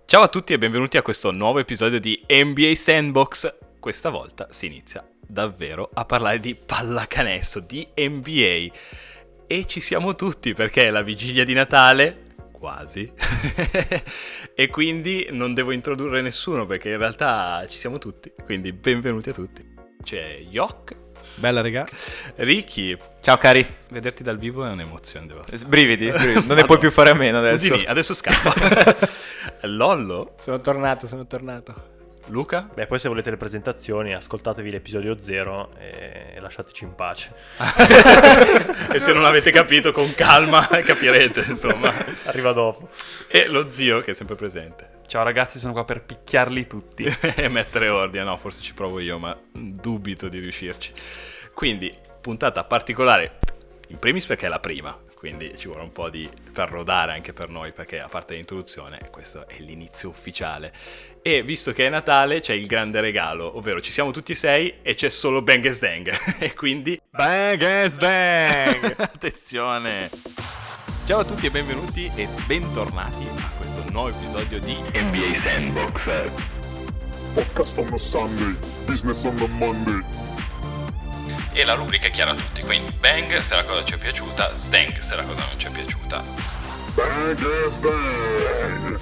Ciao a tutti e benvenuti a questo nuovo episodio di NBA Sandbox. Questa volta si inizia davvero a parlare di pallacanestro, di NBA. E ci siamo tutti perché è la vigilia di Natale, quasi, e quindi non devo introdurre nessuno perché in realtà ci siamo tutti, quindi benvenuti a tutti. C'è Yok. Bella regà. Ricky. Ciao cari. Vederti dal vivo è un'emozione devastante. Brividi. Non ne puoi più fare a meno adesso. Udini, adesso scappa. Lollo. Sono tornato. Luca? Beh, poi se volete le presentazioni ascoltatevi l'episodio 0 e lasciateci in pace. E se non avete capito, con calma capirete, insomma. Arriva dopo. E lo zio che è sempre presente. Ciao ragazzi, sono qua per picchiarli tutti. E mettere ordine. No, forse ci provo io, ma dubito di riuscirci. Quindi, puntata particolare, in primis perché è la prima, quindi ci vuole un po' per rodare anche per noi, perché a parte l'introduzione, questo è l'inizio ufficiale. E visto che è Natale, c'è il grande regalo, ovvero ci siamo tutti 6 e c'è solo Bang Dang. E quindi... Bang Dang! Attenzione! Ciao a tutti e benvenuti e bentornati a questo nuovo episodio di NBA Sandbox. Podcast on a Sunday, business on a Monday. E la rubrica è chiara a tutti, quindi bang se la cosa ci è piaciuta, stang se la cosa non ci è piaciuta. Bang is bang!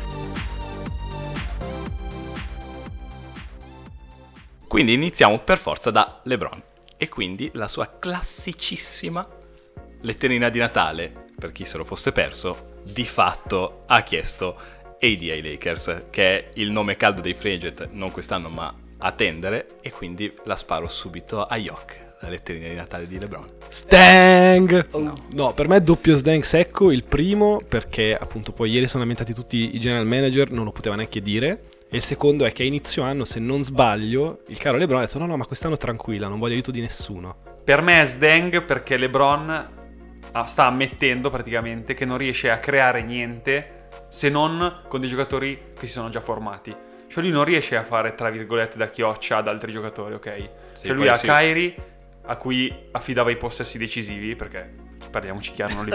Quindi iniziamo per forza da LeBron e quindi la sua classicissima letterina di Natale, per chi se lo fosse perso, di fatto ha chiesto AD ai Lakers, che è il nome caldo dei free agent, non quest'anno ma a tendere, e quindi la sparo subito a Yok, la letterina di Natale di LeBron. Stang! No, per me è doppio Stang secco, il primo perché appunto poi ieri sono lamentati tutti i general manager, non lo poteva neanche dire, e il secondo è che a inizio anno, se non sbaglio, il caro LeBron ha detto no ma quest'anno tranquilla, non voglio aiuto di nessuno. Per me è Sdang perché LeBron sta ammettendo praticamente che non riesce a creare niente se non con dei giocatori che si sono già formati. Cioè lui non riesce a fare tra virgolette da chioccia ad altri giocatori, ok? Sì, cioè lui ha sì. Kyrie a cui affidava i possessi decisivi, perché parliamoci chiaro, non li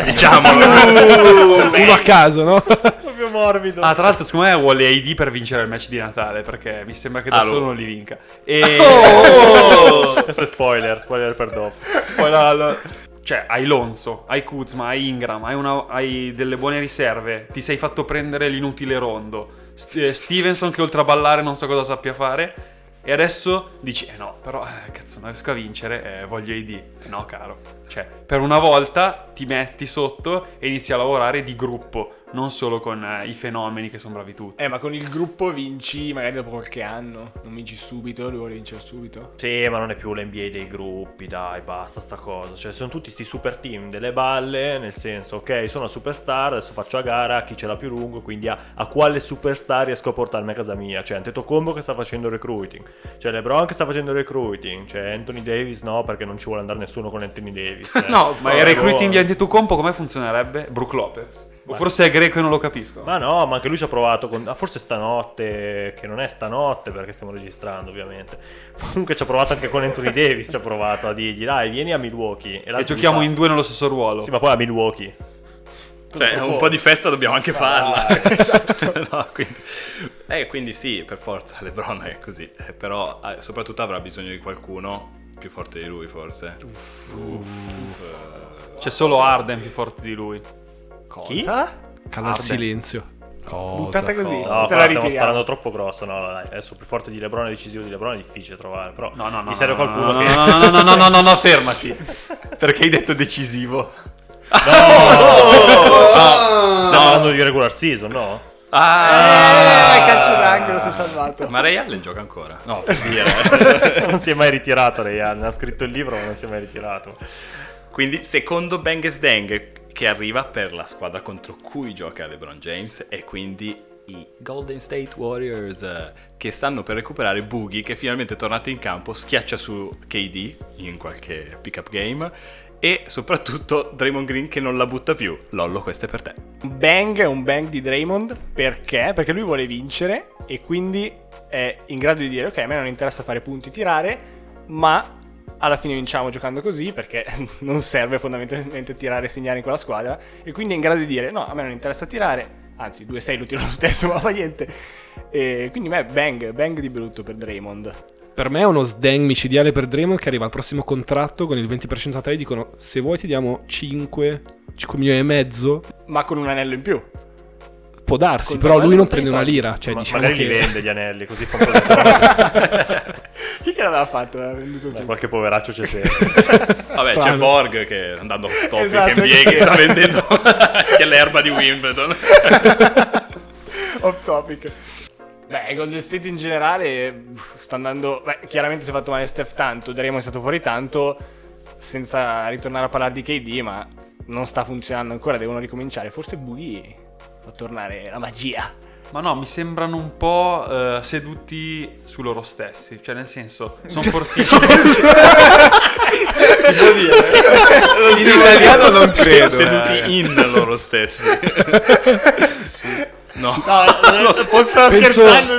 Uno a caso, no? Proprio morbido. Ah, tra l'altro secondo me vuole AD per vincere il match di Natale, perché mi sembra che da solo non li vinca. E... Questo è spoiler per dopo. Cioè, hai Lonzo, hai Kuzma, hai Ingram, hai delle buone riserve, ti sei fatto prendere l'inutile Rondo, Stevenson che oltre a ballare non so cosa sappia fare, e adesso dici, no, però, cazzo, non riesco a vincere, voglio AD. No, caro, cioè, per una volta ti metti sotto e inizi a lavorare di gruppo, non solo con i fenomeni che sono bravi tutti. Ma con il gruppo vinci magari dopo qualche anno, non vinci subito, lui vuole vincere subito. Sì, ma non è più l'NBA dei gruppi, dai, basta sta cosa. Cioè, sono tutti sti super team delle balle, nel senso, ok, sono una superstar, adesso faccio a gara chi ce l'ha più lungo, quindi a quale superstar riesco a portarmi a casa mia. C'è Antetokounmpo che sta facendo recruiting, c'è LeBron che sta facendo recruiting, c'è Anthony Davis no, perché non ci vuole andare nessuno con Anthony Davis. No, ma il recruiting di Antetokounmpo come funzionerebbe? Brook Lopez. O forse è greco e non lo capisco. Ma no, ma anche lui ci ha provato forse stanotte, che non è stanotte perché stiamo registrando ovviamente. Comunque ci ha provato anche con Anthony Davis, ci ha provato a dirgli dai vieni a Milwaukee. E giochiamo in due nello stesso ruolo. Sì, ma poi a Milwaukee. Cioè, un po' di festa dobbiamo anche farla. Esatto. No, quindi sì, per forza, LeBron è così. Però soprattutto avrà bisogno di qualcuno più forte di lui, forse. C'è solo Harden più forte di lui. Cosa? Calma il Arde. silenzio. Buttata così. No, Se la stiamo ritiriamo. sparando troppo grosso. No, dai, adesso più forte di LeBron e decisivo di LeBron è difficile trovare. Però No, mi serve qualcuno che. No, fermati. Perché hai detto decisivo? Stiamo parlando di regular season, no? Calcio d'angolo, si è salvato. Ma Ray Allen gioca ancora? No, per dire. Non si è mai ritirato Ray Allen. Ha scritto il libro ma non si è mai ritirato. Quindi, secondo Bang Dang, che arriva per la squadra contro cui gioca LeBron James, e quindi i Golden State Warriors, che stanno per recuperare Boogie, che finalmente è tornato in campo, schiaccia su KD in qualche pick-up game, e soprattutto Draymond Green che non la butta più. Lollo, questo è per te. Bang è un bang di Draymond, perché? Perché lui vuole vincere e quindi è in grado di dire ok, a me non interessa fare punti, tirare, ma alla fine vinciamo giocando così, perché non serve fondamentalmente tirare e segnare in quella squadra, e quindi è in grado di dire no, a me non interessa tirare, anzi 2-6 lo tiro lo stesso, ma fa niente, E quindi bang di brutto per Draymond. Per me è uno sdeng micidiale per Draymond che arriva al prossimo contratto con il 20% a 3, dicono se vuoi ti diamo 5 milioni e mezzo. Ma con un anello in più. Può darsi, Contro però lui non tutti i prende una soldi. lira, cioè diciamo magari che li vende gli anelli, così fa un po' di soldi. Chi che l'aveva fatto? Aveva venduto tutto. Qualche poveraccio c'è sempre. Vabbè, c'è Strano. Borg che andando off topic Esatto, NBA che che sta vendendo che è l'erba di Wimbledon. Off topic. Beh, Golden State in generale sta andando... Beh, chiaramente si è fatto male Steph tanto, Draymond è stato fuori tanto, senza ritornare a parlare di KD, ma non sta funzionando ancora, devono ricominciare. Forse Boogie fa tornare la magia. Ma no, mi sembrano un po' seduti su loro stessi. Cioè, nel senso, sono fortissimi. In italiano non credo. Seduti in loro stessi. No. No, posso Penso- scherzando.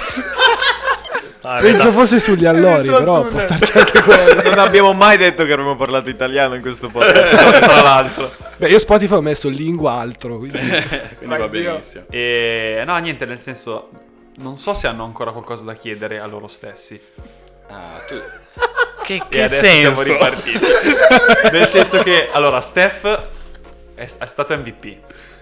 penso fosse sugli allori, però può starci anche quello. Non abbiamo mai detto che avremmo parlato italiano in questo podcast. Tra l'altro. Beh, io Spotify ho messo lingua altro, quindi Quindi va benissimo. E no, niente, nel senso, non so se hanno ancora qualcosa da chiedere a loro stessi. Ah, tu... Che Adesso siamo senso? ripartiti. Nel senso che, allora, Steph è stato MVP.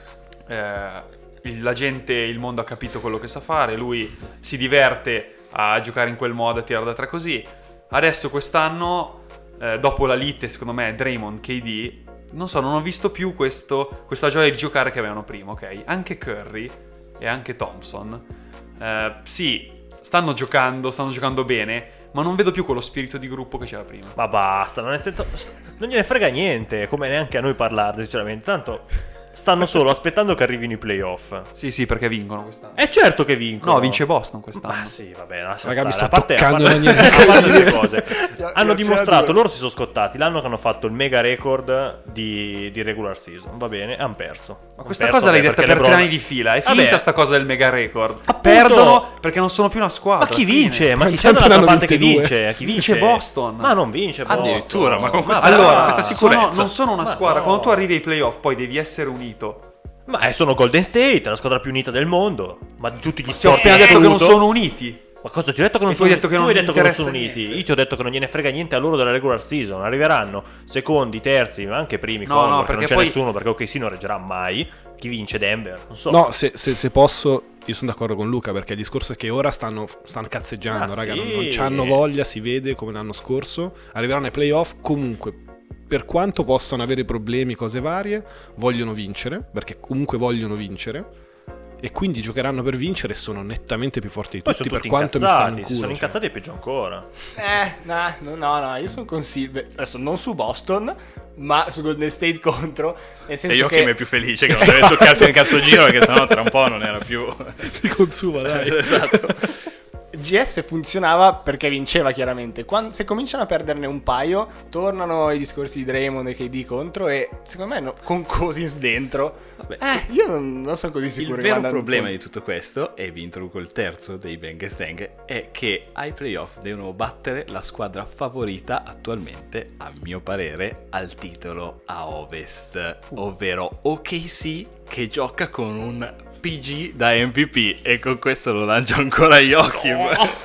La gente, il mondo ha capito quello che sa fare. Lui si diverte a giocare in quel modo, a tirare da tre così. Adesso quest'anno, dopo la lite, secondo me, Draymond, KD, non so, non ho visto più questa gioia di giocare che avevano prima, ok? Anche Curry e anche Thompson, sì, stanno giocando bene, ma non vedo più quello spirito di gruppo che c'era prima. Ma basta, non gliene frega niente, come neanche a noi parlarne, sinceramente. Tanto stanno solo aspettando che arrivino i playoff. Sì, perché vincono quest'anno. È certo che vincono. No, vince Boston quest'anno. Ma sì, vabbè, lascia Raga, mi stare. sto toccando la niente. a parte queste cose. Hanno io dimostrato, c'era loro si sono scottati l'anno che hanno fatto il mega record di regular season, va bene, hanno perso. Ma questa cosa l'hai detta per 3 anni di fila. È finita Vabbè. sta cosa del mega record. Appunto. Perdono perché non sono più una Ma squadra. chi fine. vince? Ma chi c'è Tanto dall'altra ne hanno parte che 22. vince? Chi vince? Vince Boston. Ma non vince Boston. Addirittura, ma con questa- Allora, questa sicurezza. non sono una Ma squadra. no. Quando tu arrivi ai playoff, poi devi essere unito. Ma sono Golden State, la squadra più unita del mondo. Ma di tutti gli Stiamo sport appena in detto che non assoluto. sono uniti. Ma cosa ti ho detto che non E tu sono hai detto che tu non hai detto che non interessa sono uniti. niente. Io ti ho detto che non gliene frega niente a loro della regular season. Arriveranno secondi, terzi, ma anche primi. No, Condor, no, perché non perché c'è poi- nessuno, perché OKC non reggerà mai. Chi vince? Denver? Non so. no, se posso, io sono d'accordo con Luca, perché il discorso è che ora stanno cazzeggiando, Ma raga, sì. non c'hanno voglia, si vede come l'anno scorso, arriveranno ai playoff, comunque, per quanto possano avere problemi, cose varie, vogliono vincere, perché comunque vogliono vincere, e quindi giocheranno per vincere e sono nettamente più forti di Poi tutti, sono per tutti quanto mi stanno in incazzati. culo. Se sono cioè. incazzati è peggio ancora. No, io sono con Silver. Adesso non su Boston, ma su Golden State contro. Nel senso E io che che mi è più felice che non deve toccarsi nel cazzo giro, perché sennò tra un po' non era più... Si consuma, dai. Esatto. GS funzionava perché vinceva chiaramente. Se cominciano a perderne un paio, tornano i discorsi di Draymond e KD contro. E secondo me con Cousins dentro. Vabbè, Io non sono così il sicuro. che vero vadano in problema fondo. di tutto questo, e vi introduco il terzo dei Bang Stang, è che ai playoff devono battere la squadra favorita attualmente, a mio parere, al titolo a Ovest, ovvero OKC, che gioca con un PG da MVP, e con questo lo lancio ancora Joachim.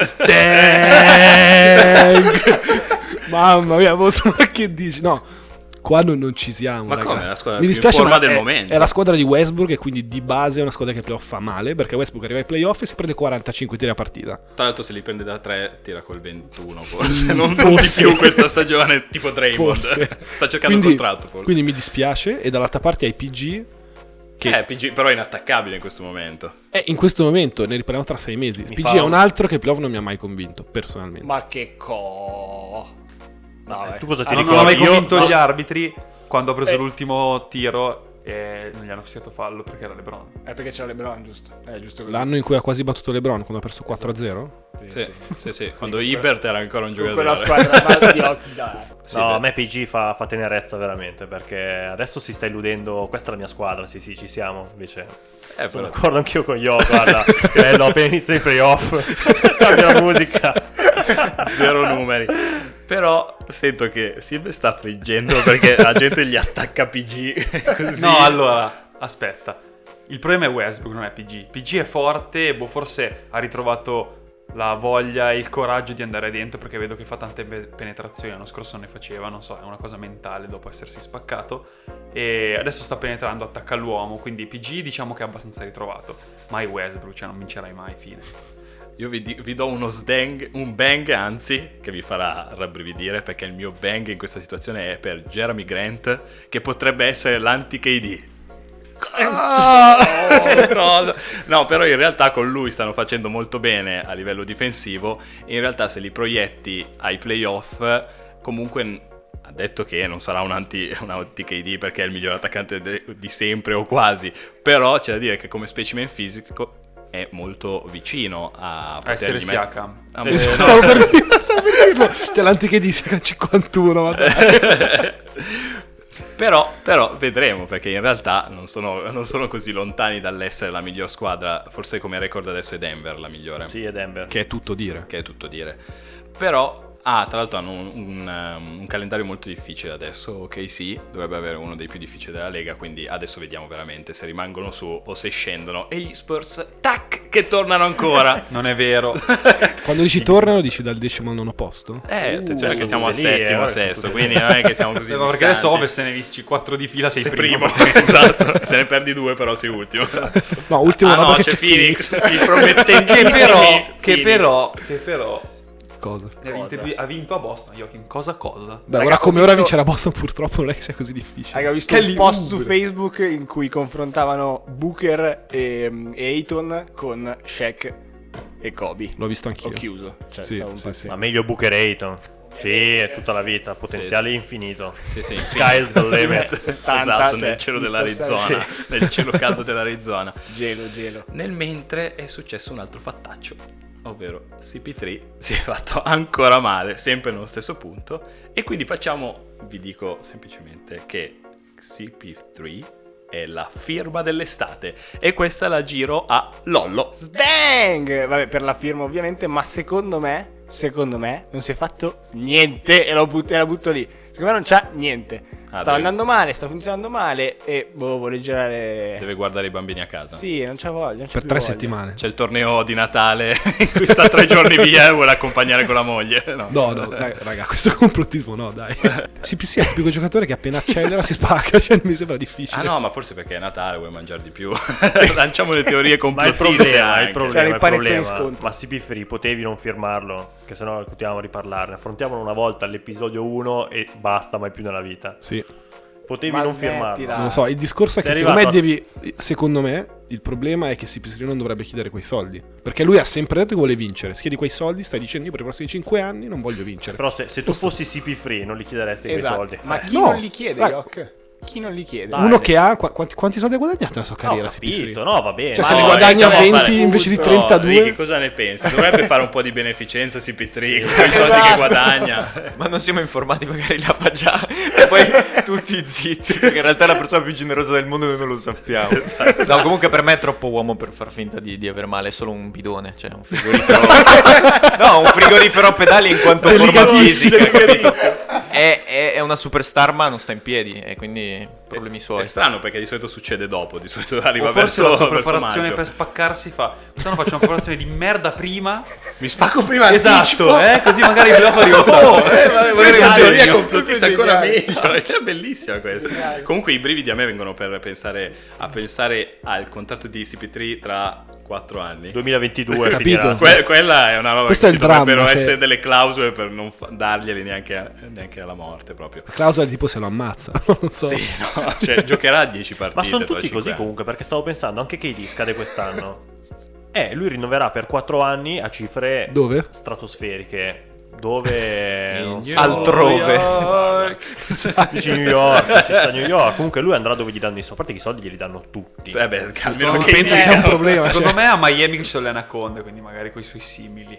Mamma mia, ma che dici? No, qua non ci siamo. Ma raga. come? È la squadra Mi più in dispiace, forma ma del è, momento. è la squadra di Westbrook, e quindi di base è una squadra che ai playoff fa male, perché Westbrook arriva ai playoff e si prende 45 tiri a partita. Tra l'altro se li prende da 3 tira col 21 forse, non di più questa stagione, tipo Draymond. Forse. Sta cercando un contratto forse. Quindi mi dispiace, e dall'altra parte hai PG che PG però è inattaccabile in questo momento. in questo momento, ne riparliamo tra 6 mesi. PG fa è un altro che playoff non mi ha mai convinto, personalmente. Ma che No, vai. Tu cosa ti Non ricordi? ho mai convinto Io- gli arbitri quando ha preso l'ultimo tiro e non gli hanno fischiato fallo perché era LeBron. È perché c'era LeBron, giusto? È giusto così. L'anno in cui ha quasi battuto LeBron, quando ha perso 4-0? Sì. Quando Ibert era ancora un Con giocatore. quella squadra ma di occhi, dai. Sì, No, beh. a me PG fa tenerezza veramente, perché adesso si sta illudendo, questa è la mia squadra, sì ci siamo, invece sono però- d'accordo anch'io con Io, guarda, che bello, appena inizia i playoff, cambia la musica. Zero numeri. Però sento che Silve sta friggendo perché la gente gli attacca PG così. No, allora, aspetta. Il problema è Westbrook, non è PG. PG è forte, forse ha ritrovato la voglia e il coraggio di andare dentro, perché vedo che fa tante penetrazioni. L'anno scorso non ne faceva, non so, è una cosa mentale dopo essersi spaccato, e adesso sta penetrando, attacca l'uomo, quindi PG diciamo che è abbastanza ritrovato. Mai Westbrook, cioè non vincerai mai, fine. Io vi do un bang anzi, che vi farà rabbrividire, perché il mio bang in questa situazione è per Jeremy Grant, che potrebbe essere l'anti-KD. Cosa? No, però in realtà con lui stanno facendo molto bene a livello difensivo, e in realtà se li proietti ai playoff, comunque ha detto che non sarà un anti-KD perché è il miglior attaccante di sempre o quasi, però c'è da dire che come specimen fisico è molto vicino a essere Siakam. Stavo per dirlo. C'è l'antiche di Siakam 51. Ma dai. Però vedremo, perché in realtà non sono così lontani dall'essere la miglior squadra. Forse come record adesso è Denver la migliore. Sì, è Denver. Che è tutto dire. Però tra l'altro hanno un calendario molto difficile adesso. OKC dovrebbe avere uno dei più difficili della Lega, quindi adesso vediamo veramente se rimangono su o se scendono. E gli Spurs, tac, che tornano ancora. Non è vero. Quando dici tornano, dici dal 10º al 9º posto? Attenzione che siamo al tutti lì, settimo, sesto, quindi non è che siamo così distanti. Perché adesso Ovest se ne vinci 4 di fila, sei primo. Esatto. Se ne perdi 2 però sei ultimo. No, ultimo no, che c'è Phoenix, i promettentissimi che però Cosa? ha vinto a Boston, Joachim. Cosa? Beh, Raga, ora come ho ora visto- vincere a Boston purtroppo non è che sia così difficile. Raga, ho visto un post su Facebook in cui confrontavano Booker e Ayton con Shaq e Kobe. L'ho visto anch'io. Ho chiuso. Cioè, Sì, stavo sì, impazzendo. Ma meglio Booker Ayton. Sì, è tutta la vita, potenziale infinito. Sì, Sky's the limit. 70, esatto, cioè, nel cielo mi sto dell'Arizona, nel cielo caldo dell'Arizona. Gelo. Nel mentre è successo un altro fattaccio, ovvero CP3 si è fatto ancora male, sempre nello stesso punto, e quindi vi dico semplicemente che CP3 è la firma dell'estate, e questa la giro a Lollo. Sdang! Vabbè, per la firma ovviamente, ma secondo me non si è fatto niente e la butto lì. Secondo me non c'ha niente. Stava andando male, sta funzionando male e vuole girare. Deve guardare i bambini a casa. Sì, non c'ha voglia. Non c'ha Per più 3 voglia. settimane. C'è il torneo di Natale in cui sta 3 giorni via e vuole accompagnare con la moglie. No, raga, questo complottismo no, dai. CPC è il tipico giocatore che appena accelera si spacca, cioè mi sembra difficile. Ah no, ma forse perché è Natale, vuoi mangiare di più. Lanciamo le teorie Ma il complottiste problema, anche. C'era il panettone in sconto. ma CP3 potevi non firmarlo, che sennò continuiamo a riparlarne. Affrontiamolo una volta all'episodio 1 e basta, mai più nella vita. Sì. Potevi Ma non smettila. firmarlo. Non lo so, il discorso è che Sei secondo me il problema è che CP3 non dovrebbe chiedere quei soldi, perché lui ha sempre detto che vuole vincere. Se chiedi quei soldi stai dicendo io per i prossimi 5 anni non voglio vincere. Però se tu fossi CP3 non li chiederesti quei Esatto. soldi. Ma chi No, non li chiede, raga. Jock? Chi non li chiede? Dai, Uno che ha quanti soldi ha guadagnato nella sua Ho carriera capito, CP3? no, va bene. Cioè, Ma se li no, guadagna iniziamo a 20 fare invece di tutto. 32. Ricky, cosa ne pensi? Dovrebbe fare un po' di beneficenza CP3 con i soldi che guadagna. Ma non siamo informati, magari la fa già e poi tutti zitti, perché in realtà è la persona più generosa del mondo e noi non lo sappiamo. No, comunque per me è troppo uomo per far finta di aver male, è solo un bidone, cioè un frigorifero. No, un frigorifero a pedali in quanto forma fisica, capito? È una superstar ma non sta in piedi e quindi problemi suoi. È strano perché di solito succede dopo, di solito arriva O forse verso la sua verso preparazione maggio. per spaccarsi fa. Quest'anno faccio una preparazione di merda prima. Mi spacco prima Esatto, anticipo. così magari il playoff arriva. Questa è una teoria genio. complottista Questo è ancora geniale. meglio. È bellissima questa. Comunque i brividi a me vengono per pensare al contratto di CP3 tra 4 anni. 2022 Capito? finirà. Quella è una roba Questo che è ci il dramma, dovrebbero che- essere delle clausole per non darglieli neanche alla morte proprio. Clausola tipo se lo ammazza, non so. Sì, no, cioè giocherà 10 partite. Ma sono tra tutti 5 così anni. comunque, perché stavo pensando, anche KD scade quest'anno. Lui rinnoverà per 4 anni a cifre Dove? stratosferiche. Dove? Non so. Altrove. Dici New York, ci sta New York. Comunque lui andrà dove gli danno i soldi. A parte che i soldi glieli danno tutti. Beh, almeno Non che penso sia un problema. Secondo cioè. me a Miami che ci sono le anaconde, quindi magari con i suoi simili.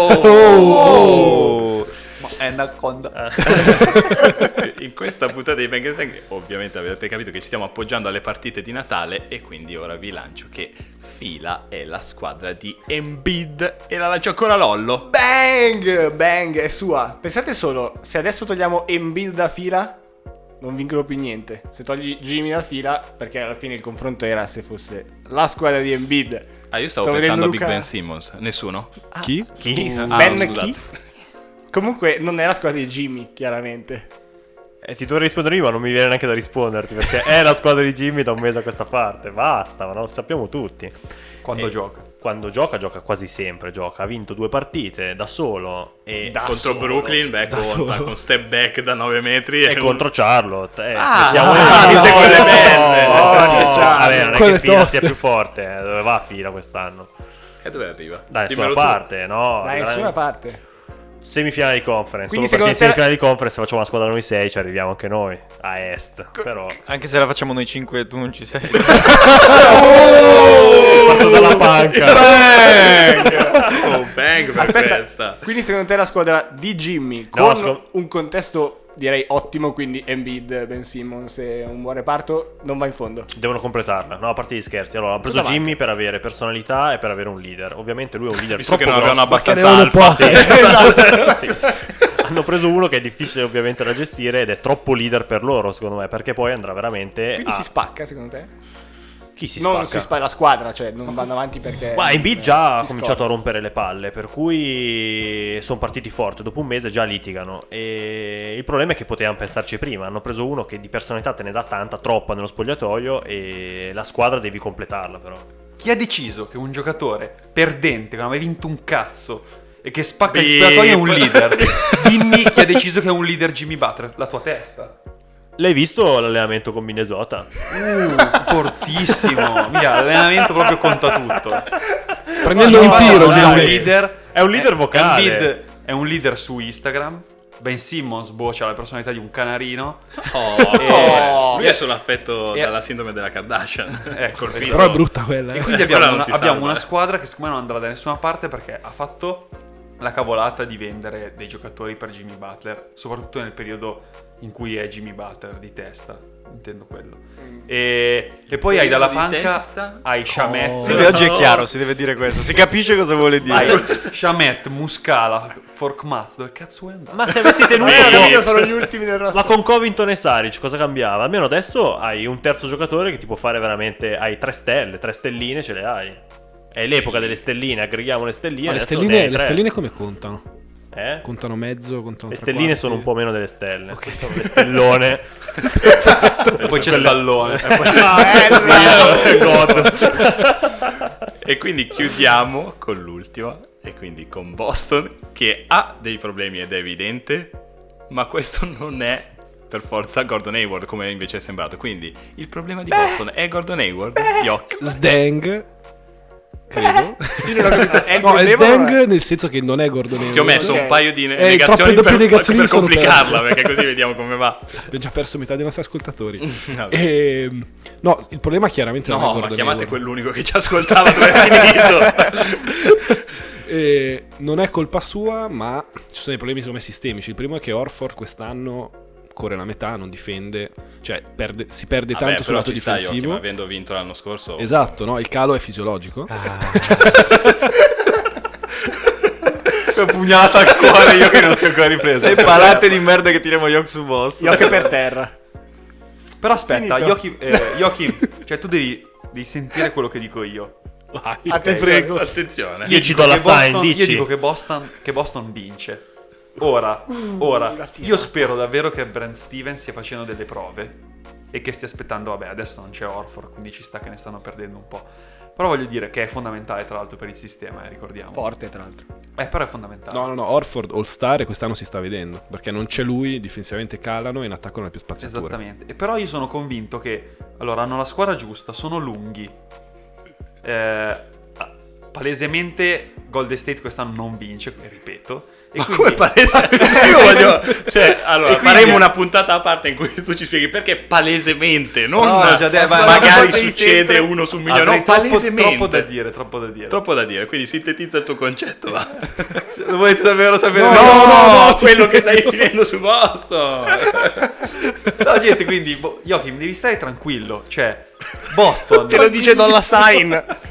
Oh. Ma è anaconda. in questa puntata di Bang Bang ovviamente avete capito che ci stiamo appoggiando alle partite di Natale, e quindi ora vi lancio che Fila è la squadra di Embiid e la lancio ancora Lollo. Bang! Bang, è sua. Pensate solo, se adesso togliamo Embiid da fila, non vincono più niente. Se togli Jimmy dalla fila, perché alla fine il confronto era se fosse la squadra di Embiid. Io stavo Sto pensando a vedendo Big Luca- Ben Simmons. Nessuno? Chi? Ben scusate. chi? Comunque non è la squadra di Jimmy, chiaramente. Ti dovrei rispondere io, ma non mi viene neanche da risponderti, perché è la squadra di Jimmy da un mese a questa parte. Basta, ma lo sappiamo tutti. Quando E gioca. Quando gioca quasi sempre. Ha vinto 2 partite da solo. E Contro Brooklyn, conta solo. con step back da 9 metri. E contro Charlotte. tutte quelle belle. Vabbè, non è Quelle che fila toste. sia più forte. Dove va a fila quest'anno? E dove arriva? Da nessuna Dimmelo tu. parte, no? Da nessuna parte. Semifinale di conference. Quindi Solo perché in secondo te- semifinale di conference facciamo una squadra noi 6, ci arriviamo anche noi a est. Però Anche se la facciamo noi 5, tu non ci sei. fatto dalla panca. Oh, bang per Aspetta, questa. quindi secondo te la squadra di Jimmy No, con un contesto direi ottimo, quindi Embiid, Ben Simmons e un buon reparto, non va in fondo? Devono completarla, no, a parte gli scherzi. Allora, hanno preso Cosa Jimmy per avere personalità e per avere un leader. Ovviamente lui è un leader Visto troppo che non avevano grosso. abbastanza Perché ne alfa. avevano poche. Sì, sì. Hanno preso uno che è difficile ovviamente da gestire ed è troppo leader per loro, secondo me, perché poi andrà veramente Quindi a... si spacca secondo te? Chi si non spacca? si spacca la squadra, cioè non vanno avanti perché... Ma Embiid già ha si cominciato scorda. a rompere le palle, per cui sono partiti forti, dopo un mese già litigano. E il problema è che potevano pensarci prima. Hanno preso uno che di personalità te ne dà tanta, troppa nello spogliatoio, e la squadra devi completarla però. Chi ha deciso che un giocatore perdente, che non aveva vinto un cazzo e che spacca il Beep. spogliatoio è un leader? Dimmi chi ha deciso che è un leader Jimmy Butler. La tua testa. L'hai visto l'allenamento con Minnesota? Fortissimo. Mira, l'allenamento proprio conta tutto. Prendendo un tiro, Non è un Jimmy. leader. È un leader vocale. Embiid è un leader su Instagram. Ben Simmons c'ha la personalità di un canarino. Lui è solo affetto E- dalla sindrome della Kardashian. Ecco, Però è brutta quella. E quindi Quella abbiamo, non ti abbiamo salva. una squadra che secondo me non andrà da nessuna parte perché ha fatto la cavolata di vendere dei giocatori per Jimmy Butler, soprattutto nel periodo in cui è Jimmy Butler di testa, intendo quello. E poi hai dalla periodo di panca, testa? hai Shamet, Sì, beh, oggi è chiaro, si deve dire questo. Si capisce cosa vuole dire. hai Shamet, Muscala, Forkmaz, dove cazzo è andato? Ma se avessi tenuto Io sono gli ultimi del roster. la con Covington e Saric, cosa cambiava? Almeno adesso hai un terzo giocatore che ti può fare veramente... Hai 3 stelle, 3 stelline ce le hai. È l'epoca delle stelline, aggreghiamo le stelline. Ma le adesso ne stelline, hai le 3. stelline come contano? Eh? Contano mezzo, contano Le tre stelline quarti? sono un po' meno delle stelle. Sono le stellone. E poi c'è Stallone. God. E quindi chiudiamo con l'ultima, e quindi con Boston, che ha dei problemi ed è evidente, ma questo non è per forza Gordon Hayward, come invece è sembrato. Quindi il problema di Boston è Gordon Hayward, Yok. Sdang, credo. Io non ho capito, è il No, è problema o non è? Sdang nel senso che non è Gordon Hayward. Ti ho messo Ok. un paio di troppe negazioni doppie per, negazioni per sono complicarla, perse. perché così vediamo come va. Abbiamo già perso metà dei nostri ascoltatori. Vabbè. No, il problema chiaramente non è No, Gordon ma chiamate Hayward. quell'unico che ci ascoltava dove è finito. Non è colpa sua, ma ci sono dei problemi secondo me sistemici. Il primo è che Horford quest'anno corre la metà, non difende, cioè si perde Vabbè, tanto sul però lato ci sta difensivo. Joachim, avendo vinto l'anno scorso. Esatto, no? Il calo è fisiologico. Pugnalata al cuore io che non si è ancora ripreso. Le palate di merda che tiriamo Yok su Boston. Io che per terra. Però aspetta, Finito. Joachim, cioè tu devi sentire quello che dico io. Vai, A te ok, prego. Attenzione. Io ci do la sign, dici. Io dico che Boston vince. Ora, io spero davvero che Brent Stevens stia facendo delle prove e che stia aspettando, vabbè, adesso non c'è Horford, quindi ci sta che ne stanno perdendo un po'. Però voglio dire che è fondamentale tra l'altro per il sistema, ricordiamo. Forte tra l'altro. Però è fondamentale. No, Horford All-Star e quest'anno si sta vedendo, perché non c'è lui, difensivamente calano e in attacco non ha più spaziatura. Esattamente. E però io sono convinto che allora hanno la squadra giusta, sono lunghi. Palesemente Golden State quest'anno non vince, ripeto. E Ma quindi come palesemente? Io voglio... Cioè, allora, E quindi- faremo una puntata a parte in cui tu ci spieghi perché palesemente, non No, già detto, magari ma- succede sempre- uno su un milione, Avrei no, palesemente. troppo da dire, troppo da dire. Troppo da dire, quindi sintetizza il tuo concetto, va. Lo volete davvero sapere? No, quello che stai finendo su Boston. No, niente, quindi Joachim, devi stare tranquillo. Cioè, Boston Te lo dice Dolla Sign.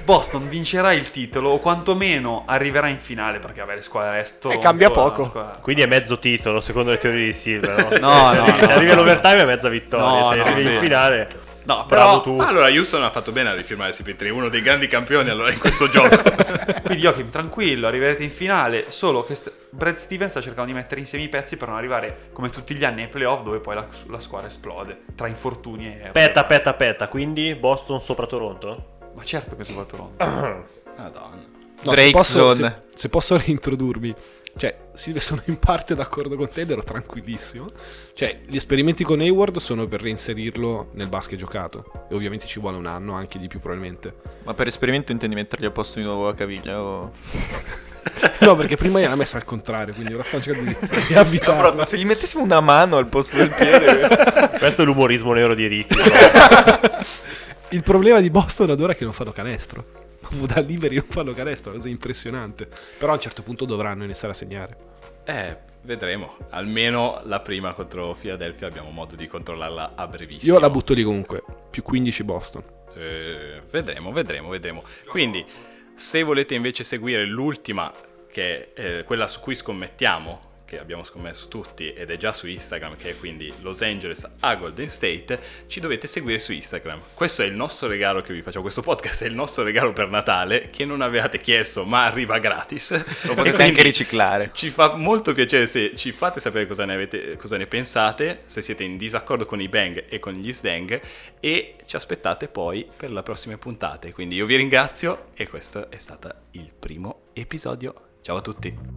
Boston vincerà il titolo o quantomeno arriverà in finale, perché vabbè, le squadre est E cambia poco. Quindi è mezzo titolo, secondo le teorie di Silver, no? No, Se arrivi all'overtime è mezza vittoria, No, se no, arrivi sì. in finale... No, Bravo però tu. Allora, Houston ha fatto bene a rifirmare CP3, uno dei grandi campioni allora in questo gioco. quindi Joachim, tranquillo, arriverete in finale, solo che Brad Stevens sta cercando di mettere insieme i pezzi per non arrivare come tutti gli anni ai playoff, dove poi la squadra esplode tra infortuni e... Aspetta, quindi Boston sopra Toronto? Ma certo che sono Toronto. Madonna. No, Drake zone. se posso reintrodurmi, cioè, Silve, sono in parte d'accordo con te ed ero tranquillissimo. Cioè, gli esperimenti con Hayward sono per reinserirlo nel basket giocato. E ovviamente ci vuole un anno, anche di più probabilmente. Ma per esperimento intendi mettergli a posto di nuovo a caviglia o... No, perché prima era messa al contrario, quindi ora stanno cercando di riavvitarlo. Però se gli mettessimo una mano al posto del piede... Questo è l'umorismo nero di Ricky. Il problema di Boston ad ora è che non fanno canestro. Da liberi non fanno canestro, una cosa impressionante. Però a un certo punto dovranno iniziare a segnare. Vedremo. Almeno la prima contro Philadelphia abbiamo modo di controllarla a brevissimo. Io la butto lì comunque. Più 15 Boston. Vedremo. Quindi, se volete invece seguire l'ultima, che è quella su cui scommettiamo, che abbiamo scommesso tutti ed è già su Instagram, che è quindi Los Angeles a Golden State, ci dovete seguire su Instagram. Questo è il nostro regalo che vi facciamo, questo podcast è il nostro regalo per Natale, che non avevate chiesto ma arriva gratis. Lo potete anche riciclare. Ci fa molto piacere se ci fate sapere cosa ne pensate, se siete in disaccordo con i Bang e con gli Sdang, e ci aspettate poi per le prossime puntate. Quindi io vi ringrazio e questo è stato il primo episodio. Ciao a tutti.